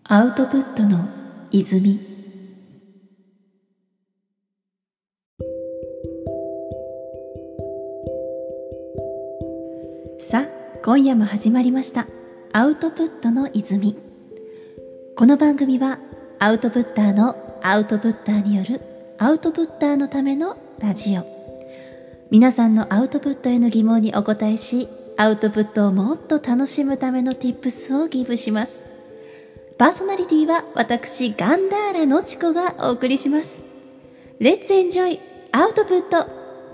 アウトプットの泉。さあ、今夜も始まりましたアウトプットの泉。この番組はアウトプッターのアウトプッターによるアウトプッターのためのラジオ。皆さんのアウトプットへの疑問にお答えし、アウトプットをもっと楽しむための Tips をギブします。パーソナリティは私ガンダーラのちこがお送りします。レッツエンジョイアウトプット。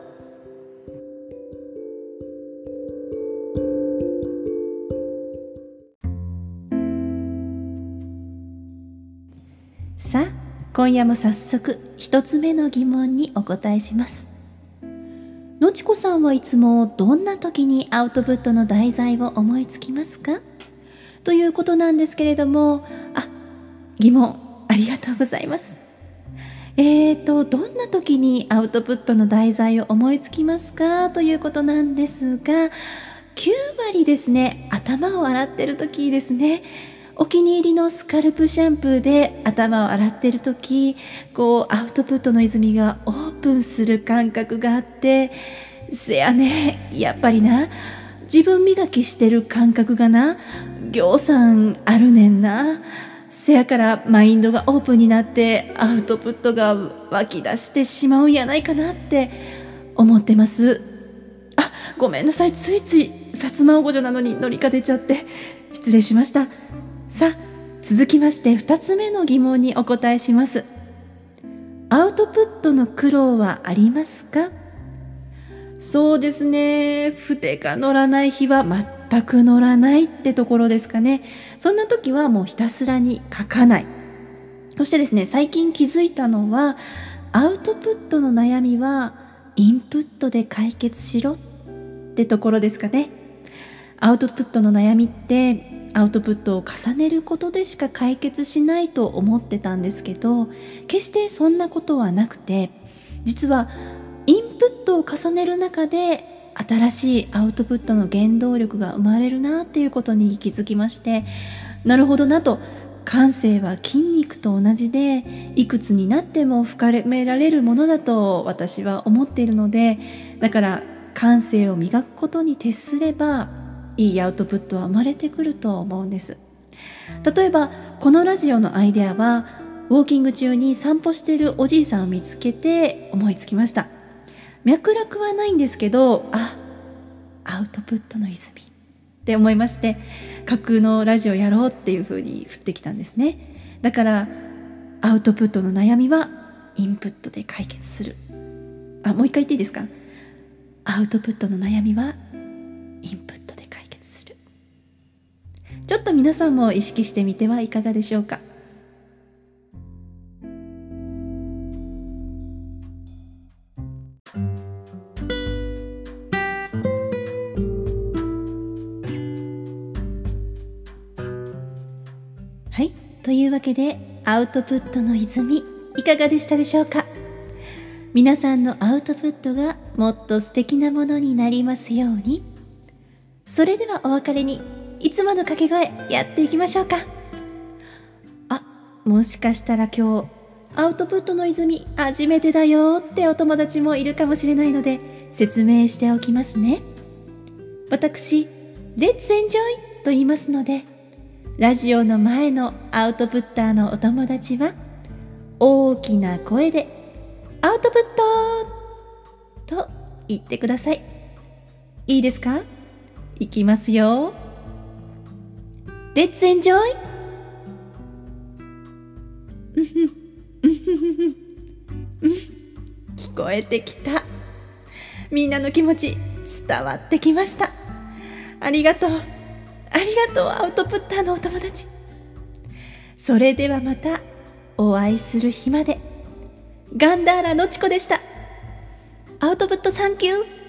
さあ、今夜も早速一つ目の疑問にお答えします。のちこさんはいつもどんな時にアウトプットの題材を思いつきますか？ということなんですけれども、疑問ありがとうございます。どんな時にアウトプットの題材を思いつきますかということなんですが、9割ですね、頭を洗ってる時ですね。お気に入りのスカルプシャンプーで頭を洗ってる時、アウトプットの泉がオープンする感覚があって、せやね、やっぱりな、自分磨きしてる感覚がな、ぎょうさんあるねんな。せやからマインドがオープンになってアウトプットが湧き出してしまうんやないかなって思ってます。ごめんなさい、ついつい薩摩おごじょなのにノリが出ちゃって失礼しました。さあ、続きまして2つ目の疑問にお答えします。アウトプットの苦労はありますか？そうですね、筆が乗らない日は全く乗らないってところですかね。そんな時はもうひたすらに書かない。そしてですね、最近気づいたのは、アウトプットの悩みはインプットで解決しろってところですかね。アウトプットの悩みってアウトプットを重ねることでしか解決しないと思ってたんですけど、決してそんなことはなくて、実はインプットを重ねる中で新しいアウトプットの原動力が生まれるなっていうことに気づきまして、なるほどなと、感性は筋肉と同じでいくつになっても深められるものだと私は思っているので、だから感性を磨くことに徹すればいいアウトプットは生まれてくると思うんです。例えばこのラジオのアイデアはウォーキング中に散歩しているおじいさんを見つけて思いつきました。脈絡はないんですけど、アウトプットの泉って思いまして、架空のラジオやろうっていう風に振ってきたんですね。だからアウトプットの悩みはインプットで解決する。もう一回言っていいですか？アウトプットの悩みはインプットで解決する。ちょっと皆さんも意識してみてはいかがでしょうか。はい、というわけでアウトプットの泉いかがでしたでしょうか。皆さんのアウトプットがもっと素敵なものになりますように。それではお別れにいつもの掛け声やっていきましょうか。もしかしたら今日アウトプットの泉初めてだよってお友達もいるかもしれないので説明しておきますね。私レッツエンジョイと言いますので、ラジオの前のアウトプッターのお友達は大きな声でアウトプットと言ってください。いいですか？いきますよ。レッツエンジョイ。聞こえてきた。みんなの気持ち伝わってきました。ありがとうアウトプッターのお友達。それではまたお会いする日まで。ガンダーラのちこでした。アウトプットサンキュー。